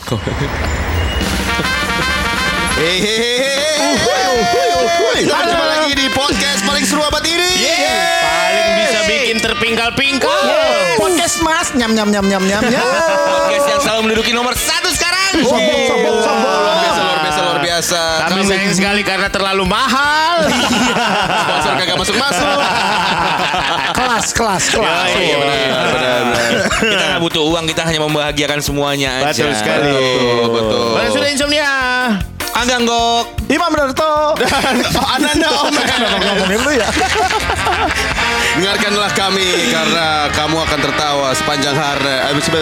Jumpa lagi di podcast paling seru abad ini. Paling bisa bikin terpingkal-pingkal. Podcast Mas nyam. Podcast yang selalu menduduki nomor 1 sekarang. Luar biasa. Tapi sayang sekali karena terlalu mahal. Sponsor kagak masuk. Kelas. Iya benar. Kita nggak butuh uang, kita hanya membahagiakan semuanya aja. Betul sekali. Betul. Mana sudah insomnia? Angga Nggok. Imam Darto. Dan Ananda Omer. Ngomongin lu ya. Dengarkanlah kami karena kamu akan tertawa sepanjang hari.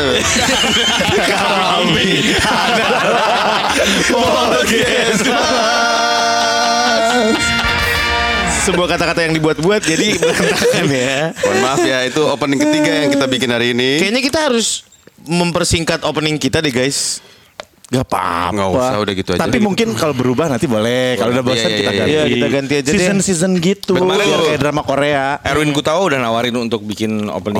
Kami podcast. Sebuah kata-kata yang dibuat-buat jadi berantakan ya. Mohon maaf ya, itu opening ketiga yang kita bikin hari ini. Kayaknya kita harus mempersingkat opening kita deh guys. Gak apa-apa. Nggak usah, udah gitu aja. Tapi mungkin kalau berubah nanti boleh. Kalau udah bosan kita ganti. Iya, kita ganti aja deh. Season gitu. Kemarin Biar lu- kayak drama Korea. Erwin Gutawa udah nawarin untuk bikin opening.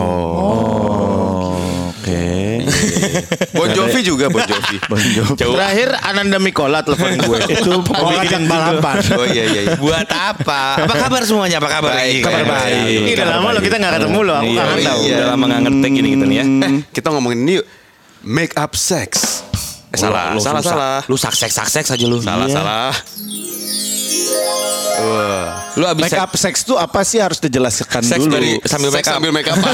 Oke. Bon Jovi juga, Bon Jovi. Terakhir Ananda Mikola telepon gue. Itu mau ngajak balapan. Oh iya. Buat apa? Apa kabar semuanya? Apa kabar? Baik, Kabar baik. baik. Ini udah Kabar lama loh baik. kita nggak ketemu loh. Aku kangen iya. tahu. Udah lama nggak ngetek ini kita nih ya. Kita ngomongin ini yuk. Make up sex. Salah. Lu saksek aja lu. Salah. Lu abis Make up sex tuh apa sih harus dijelaskan seks dulu. dari sambil Seks make up. sambil make up.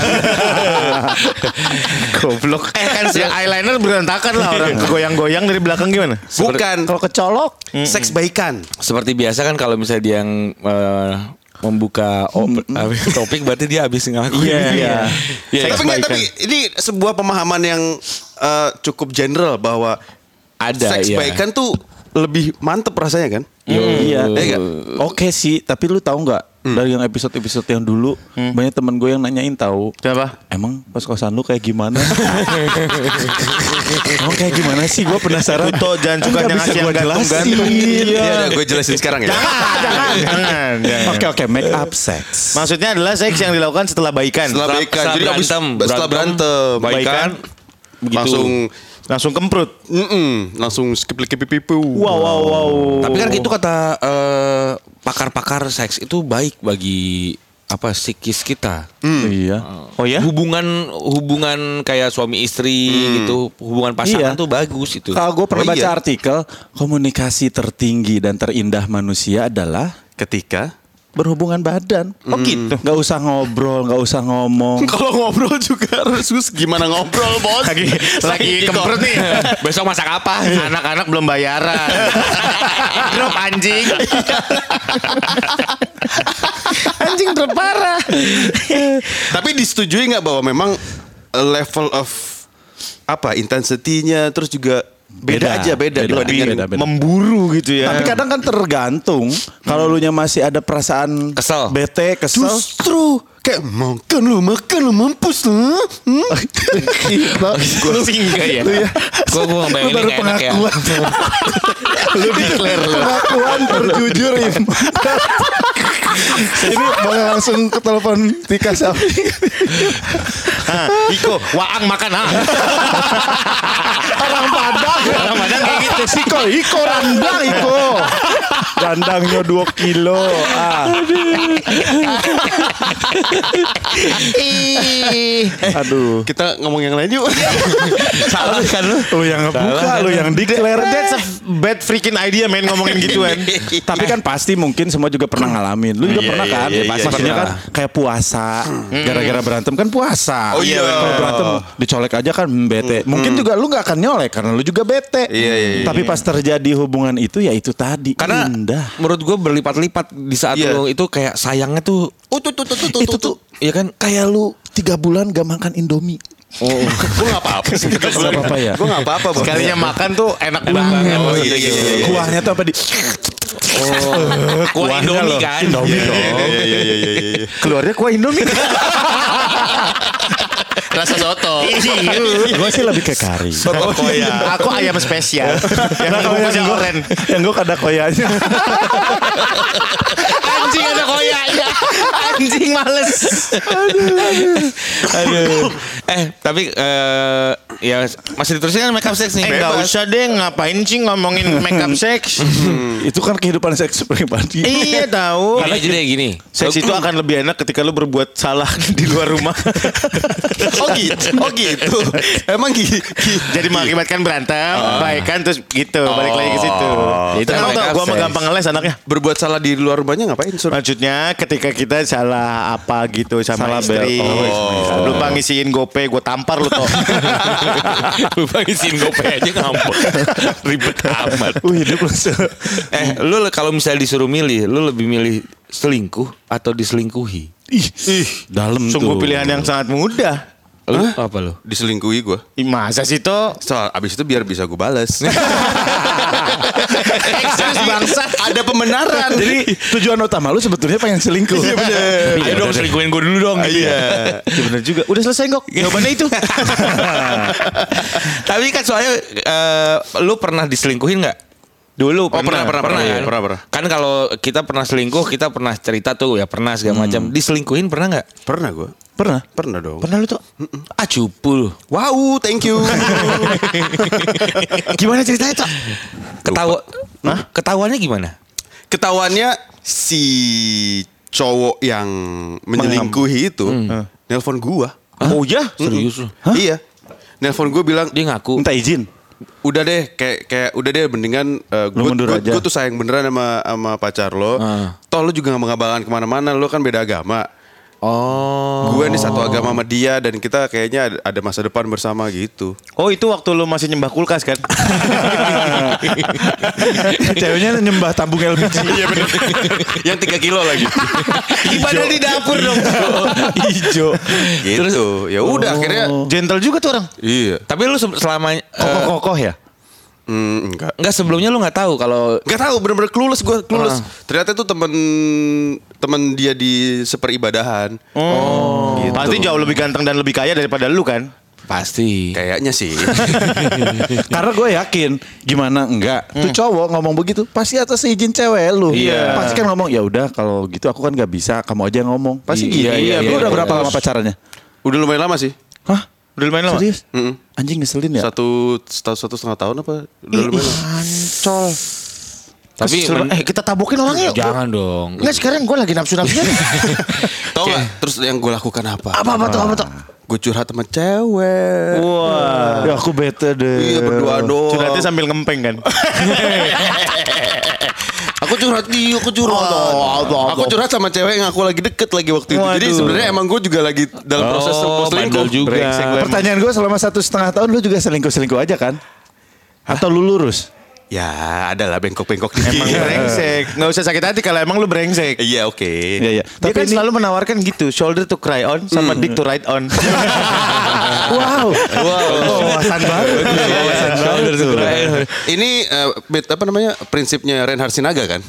Goblok. Kan si eyeliner berantakan lah orang goyang-goyang dari belakang gimana? Bukan. Kalau kecolok. Seks baikan. Seperti biasa kan kalau misalnya dia yang membuka topik berarti dia habis ngakuin. Iya. Tapi ini sebuah pemahaman yang cukup general bahwa Ada seks ya. baikan tuh lebih mantep rasanya kan? Iya. Iya nggak? Oke sih, tapi lu tahu nggak dari yang episode-episode yang dulu banyak temen gue yang nanyain tahu. Kenapa? Emang pas kosan lu kayak gimana? Emang kayak gimana sih? Gue penasaran. Tuh jangan suka Nggak yang bisa ngasih gua yang gantung-gantung. jelasin. Iya, gue jelasin sekarang ya. Jangan. Oke, make up sex. Maksudnya adalah seks yang dilakukan setelah baikan. Setelah baikan. Jadi abis setelah berantem. Baikan. Langsung kemprut. Langsung skip pipi-pipi. Wow. Tapi kan gitu kata pakar-pakar seks itu baik bagi psikis kita. Iya. Oh ya? Hubungan kayak suami istri gitu, hubungan pasangan Iya. tuh bagus itu. Kalau gue pernah Oh, baca iya. artikel, komunikasi tertinggi dan terindah manusia adalah Ketika berhubungan badan. Oh gitu. Gak usah ngobrol, gak usah ngomong. kalau ngobrol juga harus gimana ngobrol, Bos? Lagi kemprut nih. Besok masak apa? Anak-anak belum bayaran. Drop anjing. Anjing terparah. Tapi disetujui nggak bahwa memang level of intensity-nya terus juga beda dibandingkan beda. Memburu gitu ya. Tapi kadang kan tergantung. Kalau lu nya masih ada perasaan Kesel. bete, kesel. justru kayak makan lu mampus lu. Gue singgah ya. Gue ngebayangin baru gak enak ya. Lu declare lu. Pengakuan terjujur Im. Ini boleh langsung ke telepon Tika Safi. Iko, waang makan Orang Padang kayak gitu. Iko randang Iko. Randangnya 2 kilo. Aduh. Kita ngomong yang lain yuk. Salah kan lu. Lu yang ngebuka, lu yang declare. That's a bad freaking idea men ngomongin gituan. Tapi kan pasti mungkin semua juga pernah ngalamin. Lu juga pernah kan? iya, Maksudnya pernah. kan kayak puasa. Gara-gara berantem kan puasa. Oh, iya. Kalau berantem dicolek aja kan bete. Mungkin juga lu gak akan nyolek karena lu juga bete. Iya. Tapi pas terjadi hubungan itu ya itu tadi. Karena indah. menurut gue berlipat-lipat di saat Iya. lu itu kayak sayangnya tuh. Itu tuh Iya kan? kayak lu 3 bulan gak makan Indomie. Gue nggak apa-apa sih. Gak apa-apa ya. Gue nggak apa-apa, Bos. Sekalinya makan tuh enak banget. Oh iya. Kuahnya tuh apa di Kuah Indomie kan. Indomie dong. Iya. Keluarnya kuah Indomie. Rasa soto. Gue sih lebih ke kari. Soto koya. Aku ayam spesial. Yang Kalau bungkusnya oren. yang gue kada koyanya. Anjing ada koyanya. Anjing males. Aduh. Tapi ya masih diterusin kan makeup sex nih. Enggak usah deh, ngapain sih ngomongin makeup seks? Itu kan kehidupan seks pribadi. Iya tahu. Karena jadi gini. Seks itu akan lebih enak ketika lu berbuat salah di luar rumah. Oh gitu. Emang Jadi mengakibatkan berantem, baikan terus gitu, balik lagi ke situ. Itu Emang tau makeup gua mah sex. gampang ngeles anaknya. berbuat salah di luar rumahnya ngapain? Sur? Maksudnya ketika kita salah apa gitu sama Salah istri. bel. Lupa ngisiin GoPay, gue tampar lu toh. Lupa ngisiin GoPay aja ngambek. Ribet amat. Hidup lu. Lu kalau misalnya disuruh milih, lu lebih milih selingkuh atau diselingkuhi? Ih, dalam tuh. Sungguh pilihan yang sangat mudah. Lu apa lu? Diselingkuhi gue. Ih, masa sih toh? Soal abis itu biar bisa gue balas. Eksis bangsa. Ada pembenaran. Jadi tujuan utama lu sebetulnya pengen selingkuh. Iya bener. Ayo dong selingkuhin gue dulu dong. Gitu ya. Iya benar juga. Udah selesai kok. Jawabannya itu. Tapi kan soalnya lu pernah diselingkuhin nggak? Dulu pernah. Kan? Pernah. Kan kalau kita pernah selingkuh, kita pernah cerita tuh ya pernah segala macam. Diselingkuhin pernah nggak? Pernah gue. Pernah dong. Pernah lu tuh? Ah cupu lu. Wow, thank you. Gimana ceritanya, Cok? Ketahuannya gimana? Ketahuannya si cowok yang menyelingkuhi itu nelpon gua. Oh ya? Serius lu? Iya. Nelpon gua bilang, Dia ngaku. Minta izin. udah deh kayak udah deh mendingan mundur aja. gue tuh sayang beneran sama pacar lo. Toh lo juga gak bakalan kemana-mana, lo kan beda agama. Oh. Gue nih satu agama sama dia dan kita kayaknya ada masa depan bersama gitu. Oh itu waktu lu masih nyembah kulkas kan? Ceweknya nyembah tabung LPG. Iya bener. Yang 3 kilo lagi. Ibadah di dapur dong. Ijo. Gitu. Ya udah akhirnya. Gentle juga tuh orang. Iya. Tapi lu selama Kokoh ya? Enggak. enggak sebelumnya lu nggak tahu kalau Gak tahu, bener-bener clueless gue, clueless. Ternyata itu temen dia di seperibadahan. Oh. Gitu. Pasti jauh lebih ganteng dan lebih kaya daripada lu kan? pasti. Kayaknya sih. Karena gue yakin gimana enggak tuh cowok ngomong begitu pasti atas izin cewek lu. Iya. Pasti kan ngomong ya udah kalau gitu aku kan nggak bisa, kamu aja yang ngomong. Pasti Iya, gitu. iya, Lu iya, udah iya. berapa lama pacarannya? Udah lumayan lama sih. Hah? Udah lumayan lama? Serius? Mm-mm. Anjing ngeselin ya? Satu setengah tahun apa? Udah lumayan lama. Ancol. Tapi kita tabokin orangnya yuk. jangan dong. Enggak sekarang gue lagi nafsu-nafsunya nih. Tau gak? Terus yang gue lakukan apa? Apa tuh? Gue curhat sama cewek. Wah. Ya aku bete deh. Iya berdua doang. Curhatnya sambil ngempeng kan? Aku curhat aku curhat. Aku curhat sama cewek yang aku lagi deket lagi waktu itu. Jadi Waduh. sebenarnya emang gue juga lagi dalam proses selingkuh. bandel juga. Brengsek gue emang. Pertanyaan gue selama 1,5 tahun lu juga selingkuh-selingkuh aja kan? Atau lu lurus? Ya ada lah bengkok-bengkok dikit. Emang brengsek. Nggak usah sakit hati kalau emang lu brengsek. Iya oke. Iya, iya. Dia kan selalu menawarkan gitu, shoulder to cry on sama dick to ride on. Wow. Wawasan baru. Wawasan baru tuh. Ini apa namanya prinsipnya Reinhard Sinaga kan?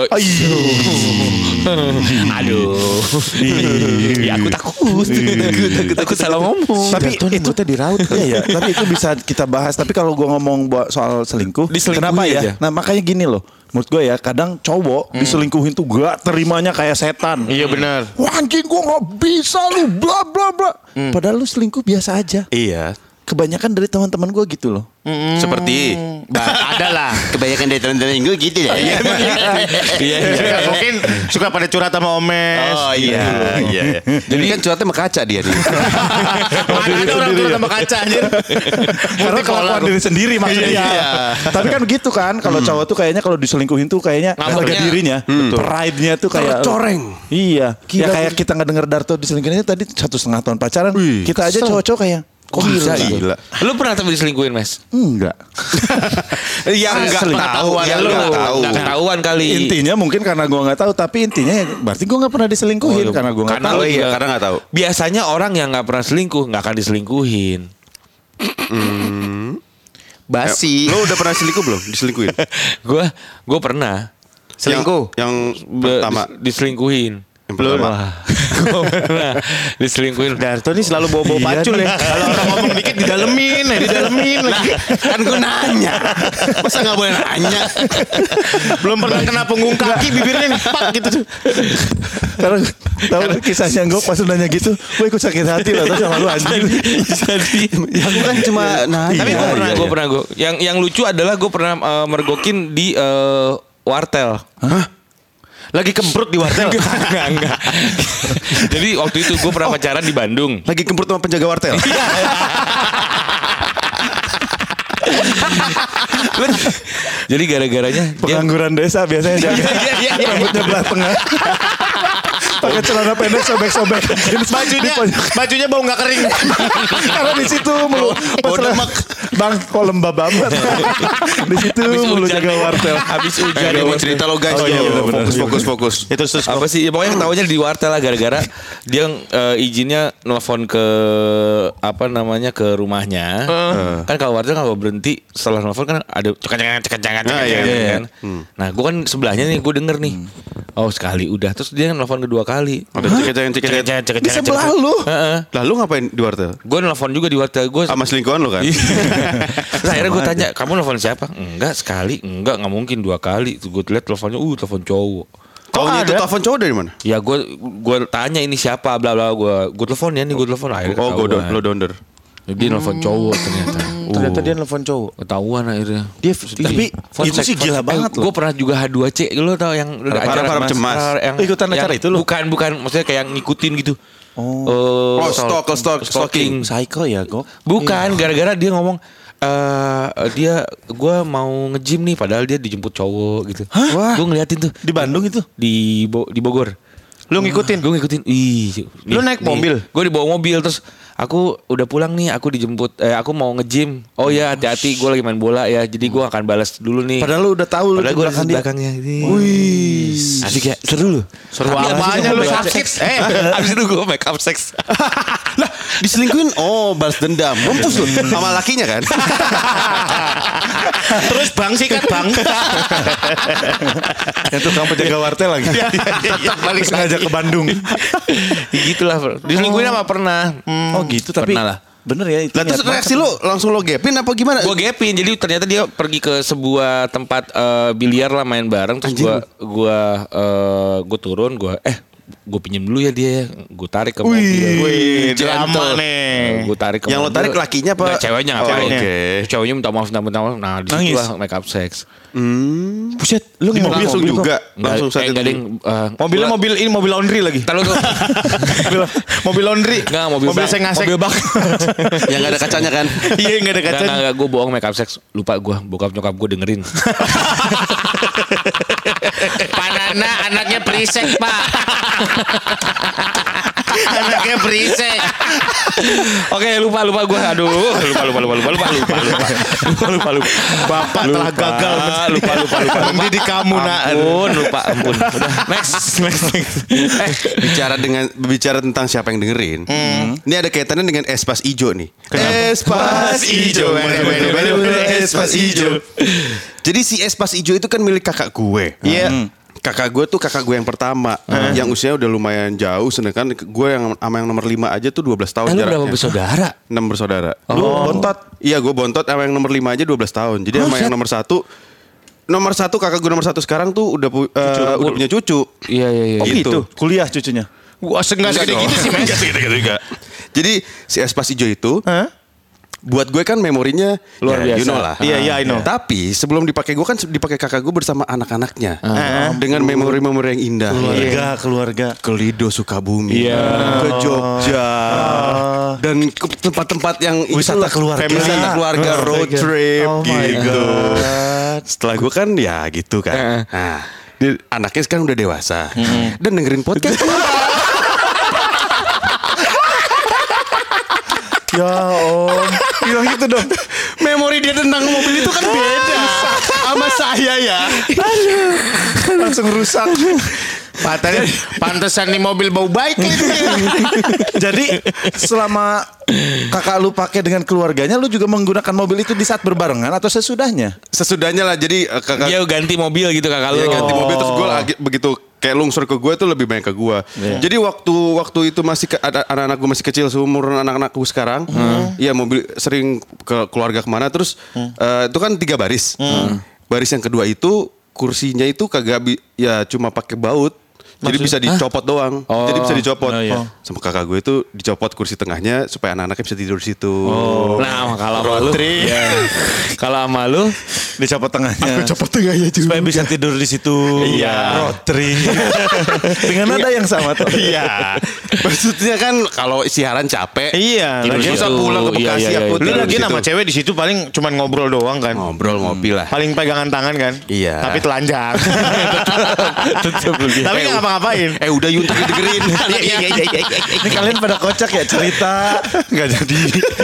Aduh. Ya aku takut. Takut salah ngomong. Tapi itu diraut. Iya ya, tapi itu bisa kita bahas. Tapi kalau gue ngomong soal selingkuh, Diselingkuhi kenapa ya? aja. Nah makanya gini loh, menurut gue ya, kadang cowok diselingkuhin tuh gak terimanya kayak setan. Iya benar. Wah anjing gue gak bisa lu, bla bla bla. Padahal lu selingkuh biasa aja. Iya. Kebanyakan dari teman-teman gue gitu loh. Seperti Ada lah. kebanyakan dari teman-teman gue gitu ya. Iya. Mungkin suka pada curhat sama Omes. Oh iya. Jadi kan curhatnya sama kaca dia nih. Mana ada orang curhat sama kaca anjir. Karena kelakuan diri sendiri maksudnya. Iya. Tapi kan gitu kan, kalau cowok tuh kayaknya kalau diselingkuhin tuh kayaknya harga Ngampernya. dirinya, pride-nya tuh kayak Tercoreng. Iya. Ya kayak kita ngedenger Darto diselingkuhin tadi 1,5 tahun pacaran. Kita aja cowok-cowok kayak kok bisa Gila. Lu pernah tapi diselingkuhin, Mas? Enggak. Yang enggak tahu, Ya lu enggak ketahuan kali. Intinya mungkin karena gua nggak tahu, tapi intinya ya berarti gua nggak pernah diselingkuhin karena gua nggak Karena tahu. lu juga- karena nggak tahu. Biasanya orang yang nggak pernah selingkuh nggak akan diselingkuhin. Basi. Lo udah pernah selingkuh belum? Diselingkuhin? Gue pernah Selingkuh. Yang pertama. diselingkuhin. Yang pertama. Gue pernah diselingkuhin. Darto nih selalu bawa-bawa pacul ya. Kalau orang ngomong dikit didalemin lagi. Kan gue nanya. Masa gak boleh nanya? Belum pernah kena punggung kaki bibirnya nih pak gitu tuh. Karena tahu kisahnya gue pas nanya gitu, gue ikut sakit hati lah sama lu anjing. Jadi Ya aku kan cuma nanya. tapi gue pernah yang lucu adalah gue pernah mergokin di wartel. Lagi kemprut di wartel. Enggak. Jadi waktu itu gue pernah pacaran di Bandung. Lagi kemprut sama penjaga wartel. Jadi gara-garanya dia Pengangguran desa biasanya jaga rambutnya belah tengah. Pakai celana pendek sobek-sobek. Bajunya bau nggak kering. Karena di situ mulu. Bang, kok lembab banget. Di situ mulu jaga wartel. habis hujan Gue mau cerita lo guys. Oh, iya, bener-bener. Fokus. Itu terus apa sih ya, pokoknya tahunya di wartel lah gara-gara dia izinnya nelfon ke apa namanya ke rumahnya. Kan kalau wartel kalau berhenti setelah nelfon kan ada cekan-cekan kan. Nah gue kan sebelahnya nih gue denger nih. Oh sekali udah terus dia nelfon kedua kali. Ada cekek-cekek. Di sebelah lu. Lah lu ngapain di wartel? Gue nelfon juga di wartel gue. Sama selingkuhan lo kan? Terus akhirnya gue tanya, kamu nelfon siapa? Enggak sekali, enggak mungkin 2 kali. Gue lihat teleponnya, telepon cowok. Taunya itu telepon cowok dari mana? Ya gue tanya ini siapa, bla bla, gue telepon ya nih, gue telepon. Akhirnya ketahuan. Lo donder. Dia nelfon cowok ternyata. ternyata dia nelfon cowok. Ketahuan akhirnya. Dia Tapi itu sih gila banget loh. Gue pernah juga H2C, lo tau yang Harap cemas. Ikutan acara itu lo? Bukan, maksudnya kayak ngikutin gitu. Stalking. Psycho ya, Gok. Bukan, gara-gara dia ngomong gue mau nge-gym nih, padahal dia dijemput cowok gitu. Hah? Gue ngeliatin tuh Di Bandung itu? di Bogor. Lu ngikutin? Gue ngikutin. Lu naik mobil? Gue dibawa mobil terus aku udah pulang nih, aku dijemput aku mau nge-gym. Oh ya, hati-hati gue lagi main bola ya. Jadi gue akan balas dulu nih. Padahal lu udah tahu lu Padahal di gue belakang di dia. belakangnya. Wih. Asik ya, seru lu. Seru apanya lu sakit? Abis itu gue make up sex. Lah diselingkuhin. Oh balas dendam. Mampus lu. Sama lakinya kan? Terus bang sikat bang. Yang tukang penjaga wartel lagi. Tetap balik Sengaja ke Bandung. Gitulah. Diselingkuhin apa pernah? Oh gitu, tapi Pernah lah. bener ya itu. Lah terus reaksi lu langsung lo gapin apa gimana? Gue gapin, jadi ternyata dia pergi ke sebuah tempat biliar lah, main bareng. Terus gue turun, gue pinjem dulu ya dia, gue tarik ke mobil. Wih, drama nih. Gue tarik ke Yang lo mobil. tarik lakinya apa? Nggak, ceweknya ngapain? Oh, oke. Ceweknya minta maaf. Nah disitulah make up sex. Buset, lu Di mobil langsung juga. Langsung saat Enggak itu. ding. Mobilnya mobil laundry lagi. Tahu tuh. Mobil laundry. Enggak, mobil sengasek. Mobil bak. Yang gak ada kacanya kan? Iya nggak ada kacanya. Enggak, gue bohong make up sex. Lupa gue, bokap nyokap gue dengerin. Panana anaknya berisik pak. Anaknya berisik. Oke, lupa gue. Aduh, lupa. Bapak telah gagal Lupa. mendidik kamu nak. Ampun. Udah, next. Bicara tentang siapa yang dengerin. Ini ada kaitannya dengan Espas Ijo nih. Espas Ijo. Espas Ijo. Jadi si Espas Ijo itu kan milik kakak gue. Iya. Kakak gue tuh kakak gue yang pertama, yang usianya udah lumayan jauh, sedangkan gue yang sama yang nomor 5 aja tuh 12 tahun Lu jaraknya. berapa bersaudara? 6 bersaudara. Lu bontot. Iya, gue bontot sama yang nomor 5 aja 12 tahun. Jadi sama yang nomor 1 kakak gue nomor 1 sekarang tuh udah punya cucu. Iya. Oh gitu. Kuliah cucunya. Gua enggak segede gitu sih mas. Jadi si Espas Ijo itu buat gue kan memorinya Luar biasa. you know lah. Iya, I know. Tapi sebelum dipakai gue kan dipakai kakak gue bersama anak-anaknya dengan memori-memori yang indah. Keluarga. Ke Lido Sukabumi, Iya. ke Jogja, dan ke tempat-tempat yang Wisata keluarga. wisata keluarga, road trip Oh my gitu. God. Setelah gue kan ya gitu kan. Nah, anaknya sekarang udah dewasa dan dengerin podcast. Ya om. Bilang gitu dong. Memori dia tentang mobil itu kan beda sama saya ya. Langsung rusak. Pantesan nih mobil bau baik itu. Jadi selama kakak lu pakai dengan keluarganya, lu juga menggunakan mobil itu di saat berbarengan atau sesudahnya? Sesudahnya lah, jadi kakak Dia ganti mobil gitu kakak lu. dia ganti mobil terus gue lagi begitu kayak lungsur ke gue itu lebih banyak ke gue. Jadi waktu itu masih anak-anak gue masih kecil seumur anak-anakku sekarang. Iya mobil sering ke keluarga kemana terus itu kan 3 baris. Baris yang kedua itu kursinya itu ya cuma pakai baut. Jadi bisa dicopot doang. Jadi bisa dicopot. Sama kakak gue itu dicopot kursi tengahnya supaya anak-anaknya bisa tidur di situ. Nah, kalau sama lu, kalau sama lu Dicopot tengahnya. Aku copot tengahnya juga. Supaya bisa tidur di situ. Iya. Rotri. Dengan nada yang sama tuh. Iya. Maksudnya kan kalau siaran capek. Iya. Lagi Lagi bisa pulang ke Bekasi iya, aku lu tidur lagi di sama situ. cewek di situ paling cuman ngobrol doang kan. Ngobrol ngopi lah. Paling pegangan tangan kan. Iya. Tapi telanjang. tetep lebih. Tapi nggak ngapa-ngapain. Udah Yuntuk dengerin. Iya. Ini kalian pada kocak ya cerita. Nggak jadi.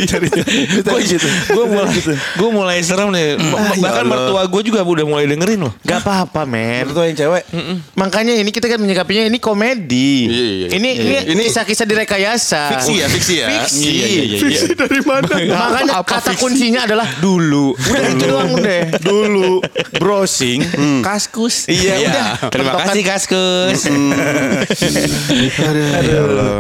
Gue mulai serem nih. Bahkan mertua gue juga udah mulai dengerin loh. Gak apa-apa men. Mertua yang cewek. Makanya ini kita kan menyikapinya ini komedi. Iya. Ini kisah-kisah direkayasa. Fiksi ya. Fiksi. Fiksi dari mana? Makanya kata kuncinya adalah dulu. Udah itu doang udah. Dulu. Browsing. Kaskus. Iya udah. Terima kasih Kaskus. Ya Allah.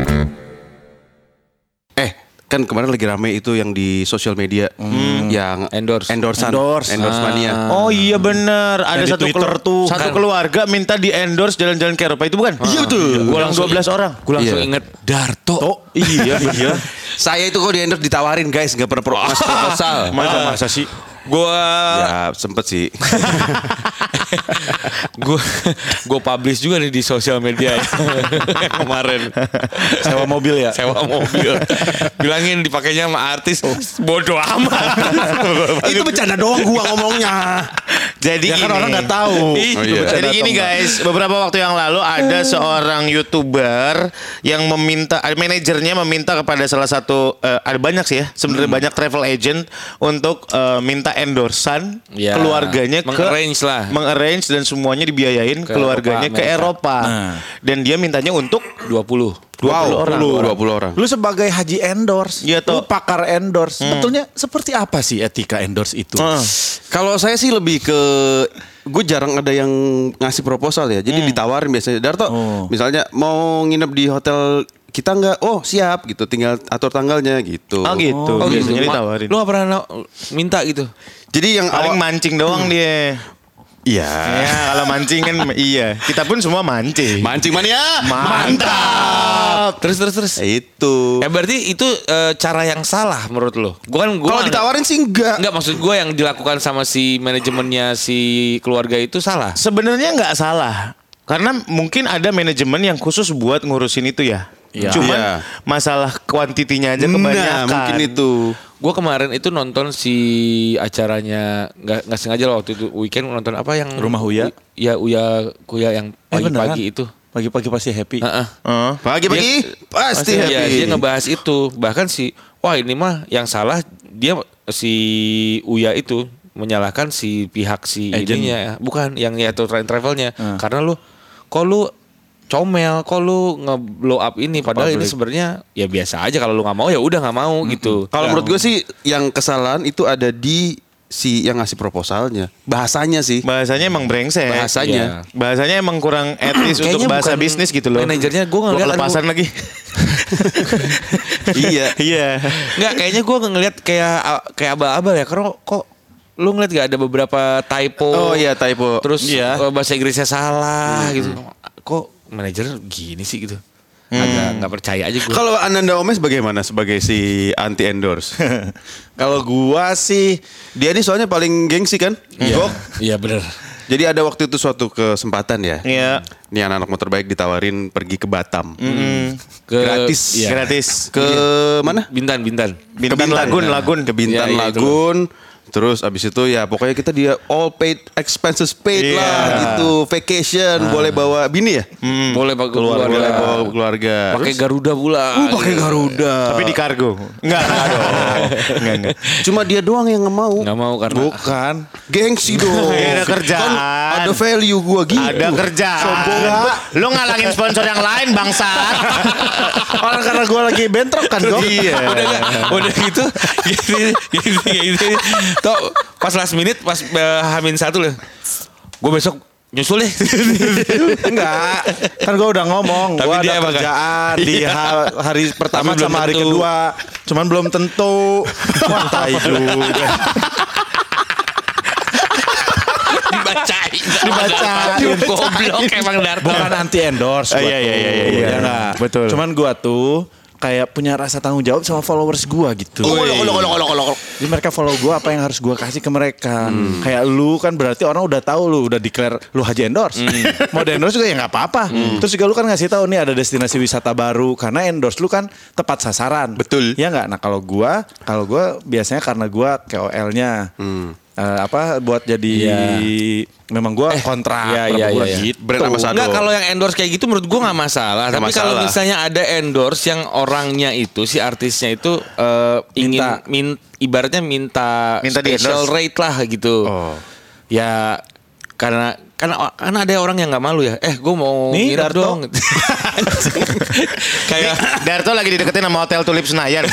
Kan kemarin lagi rame itu yang di sosial media yang Endorse mania. Oh iya benar. Yang Ada di Twitter tuh. satu keluarga minta di endorse jalan-jalan ke Eropa itu bukan? Iya betul. Gue langsung 12 orang. Gue langsung Iya. inget Darto. Iya. Saya itu kok di endorse ditawarin guys, nggak pernah proposal. Masa sih? Gue Ya sempet sih. gue publish juga nih di sosial media kemarin. Sewa mobil ya. Sewa mobil. Bilangin dipakainya sama artis. Bodoh amat. Itu bercanda doang gua ngomongnya. Jadi Ya kan gini. orang nggak tahu. Oh, iya. Jadi gini guys, beberapa waktu yang lalu ada seorang YouTuber yang meminta, manajernya meminta kepada salah satu, ada banyak sih ya, sebenarnya banyak travel agent untuk minta endorsan Ya, keluarganya mengarrange dan semuanya dibiayain Ke keluarganya Eropa, ke Eropa. Dan dia mintanya untuk 20. 20 orang. Lu sebagai haji endorse, Iya, lu toh. pakar endorse. Sebetulnya seperti apa sih etika endorse itu? Kalau saya sih lebih ke gue jarang ada yang ngasih proposal ya. Jadi ditawarin biasanya. Darto, misalnya mau nginep di hotel kita nggak? Oh siap gitu. Tinggal atur tanggalnya gitu. Oh gitu. Oh gitu. Biasanya ditawarin. Lu gak pernah minta gitu? Jadi yang Paling awal, mancing doang dia. iya. Ya kalau mancing kan iya. Kita pun semua mancing. Mancing mania. Mantap. Terus. Itu. Berarti itu cara yang salah menurut lo? Kalau ditawarin sih enggak. Enggak, maksud gue yang dilakukan sama si manajemennya si keluarga itu salah. Sebenarnya nggak salah. Karena mungkin ada manajemen yang khusus buat ngurusin itu ya. Iya. Cuman Iya. masalah kuantitinya aja kebanyakan. Nah, mungkin itu. Gue kemarin itu nonton si acaranya nggak sengaja loh waktu itu weekend nonton apa yang Rumah Uya? Ya Kuya yang pagi-pagi itu. Pagi-pagi pasti happy. Heeh. Pagi-pagi pasti Iya, happy. dia ngebahas itu. Bahkan wah ini mah yang salah dia si Uya itu menyalahkan si pihak si Agent. ininya, bukan yang yaitu travelnya. Karena kok lu comel, kok lu nge-blow up ini padahal ini sebenarnya ya biasa aja, kalau lu nggak mau ya udah nggak mau gitu. Kalau menurut gue sih yang kesalahan itu ada di si yang ngasih proposalnya. Bahasanya sih. Bahasanya emang brengsek. Bahasanya. Bahasanya emang kurang etis untuk Kayaknya bahasa bukan bisnis gitu loh. manajernya, gua ngeliat, lepasan lagi. Iya. Iya. Nggak, kayaknya gue ngeliat kayak abal-abal ya. Karena kok lu ngeliat gak ada beberapa typo. Oh iya typo. Terus Iya. bahasa Inggrisnya salah gitu. Kok manajer gini sih gitu. Agak nggak percaya aja gue. Kalau Ananda Omes bagaimana sebagai si anti endorse? Kalau gua sih Dia ini soalnya paling gengsi kan? Gok. Iya bener. Jadi ada waktu itu suatu kesempatan ya. Iya. Nih anak-anak motor baik ditawarin pergi ke Batam. Gratis. Iya. Gratis. Ke mana? Bintan. Bintan Ke Lagun. Ke Bintan Iya, itu Lagun. Terus abis itu ya pokoknya kita dia all paid expenses paid Iya. lah gitu. Vacation boleh bawa bini ya? Boleh pak Boleh keluarga. bawa keluarga. Pakai Garuda pula. Pakai Garuda. Tapi di kargo. Enggak dong. Enggak. Cuma dia doang yang nggak mau. Nggak mau karena bukan. Gengsi dong. Ada kerjaan. Kan ada value gua gitu. Ada kerjaan. Lu ngalangin sponsor yang lain bangsat. Orang karena gua lagi bentrok kan, Gok. Iya. udah gitu gini. Tuh pas last minute pas H-1 lah. Gue besok nyusul deh. Enggak, kan gue udah ngomong, Tapi gue dia ada emang kerjaan di hari pertama Tapi belum sama hari tentu. kedua, cuman belum tentu. Wah, tai juga. Dibacain. Goblok emang Darto. Bukan anti endorse. Iya. Ya enggak. Betul. Cuman gue tuh kayak punya rasa tanggung jawab sama followers gue gitu. Jadi mereka follow gue, apa yang harus gue kasih ke mereka. Kayak lu kan berarti orang udah tahu lu udah declare lu Haji endorse. Mau di endorse juga ya nggak apa-apa. Terus juga lu kan ngasih tahu nih ada destinasi wisata baru karena endorse lu kan tepat sasaran. Betul. Ya nggak. Nah kalau gue biasanya karena gue KOL-nya. Buat jadi memang gue kontrak iya. gitu. Brand ambassador. Enggak, kalau yang endorse kayak gitu menurut gua nggak masalah. Nggak Tapi kalau masalah. misalnya ada endorse yang orangnya itu si artisnya itu ingin ibaratnya minta di special endorse. rate lah gitu. Oh. Ya karena ada orang yang nggak malu ya. Gue mau Nih, nginep Darto. dong. Kayak Darto lagi dideketin sama Hotel Tulip Senayan.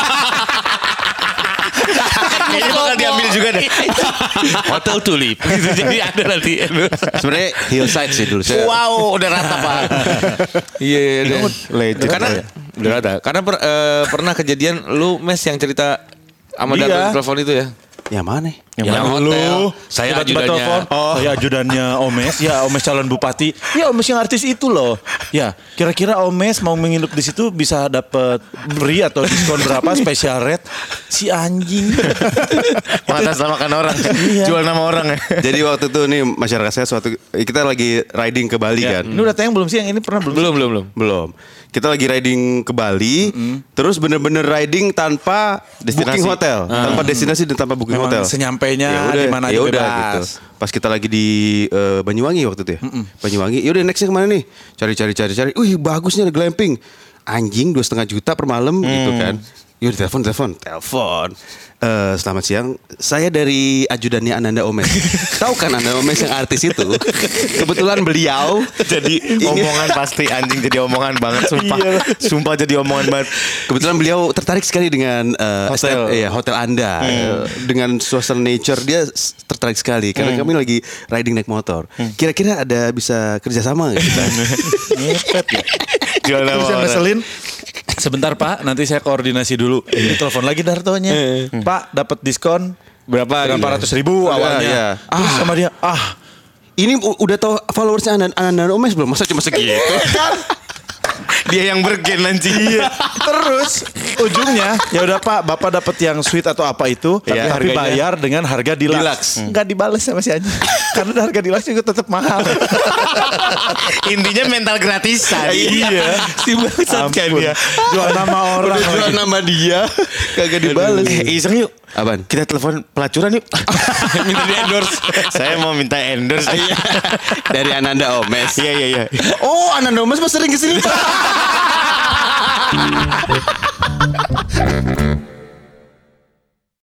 Kayaknya bakal diambil juga deh. Hotel Tulip gitu. Jadi ada nanti endorse. Sebenarnya hillside sih dulu. Wow, udah rata Pak. Iya, legend. karena udah ada. Karena pernah kejadian lu Mes yang cerita sama Iya. Darto di telepon itu ya. Yang mana? Yang hotel. Saya Tiba-tiba ajudannya. telepon, saya ajudannya Omes. Ya Omes calon bupati. Ya Omes yang artis itu loh. Ya kira-kira Omes mau menginap di situ bisa dapat free atau diskon berapa special rate? Si anjing. Mengatasnamakan orang. Jual nama orang ya. Jadi waktu itu nih masyarakat saya kita lagi riding ke Bali kan. Ini udah tayang belum sih? Yang ini pernah belum? Belum. Kita lagi riding ke Bali, terus bener-bener riding tanpa booking hotel, tanpa destinasi dan tanpa booking Memang hotel. senyampainya di mana aja ya udah bebas. gitu. Pas kita lagi di Banyuwangi waktu itu ya. Banyuwangi. Yaudah nextnya kemana nih? Cari. Wih bagusnya ada glamping. Anjing 2,5 juta per malam gitu kan. Yaudah telepon. Selamat siang. Saya dari ajudannya Ananda Omes. Tahu kan Ananda Omes yang artis itu? Kebetulan beliau Jadi omongan pasti anjing jadi omongan banget sumpah. Sumpah jadi omongan banget. Kebetulan beliau tertarik sekali dengan hotel Anda. Dengan suasana nature dia tertarik sekali karena kami lagi riding naik motor. Kira-kira ada bisa kerjasama nggak kita? Ngepet ya. Jual nama Terus yang orang. ngeselin. Sebentar Pak, nanti saya koordinasi dulu. Ini telepon lagi Dartonya. Pak, dapat diskon Berapa? berapa ratus ribu awalnya. iya. Terus sama dia, Ini udah tahu followersnya Ananda Omes belum? Masa cuma segitu? Dia yang bergen anjing. terus ujungnya ya udah Pak, Bapak dapat yang suite atau apa itu, tapi harganya bayar dengan harga deluxe. Enggak dibales sama si anjing. Karena harga deluxe juga tetap mahal. Intinya mental gratisan. Iya. Si bangsat kan Ampun. dia. Jual nama orang. Udah jual nama dia, kagak dibales. Iseng yuk. Apaan? Kita telepon pelacuran yuk. Minta di endorse. Saya mau minta endorse. Dari Ananda Omes. Iya. Oh, Ananda Omes mas sering kesini.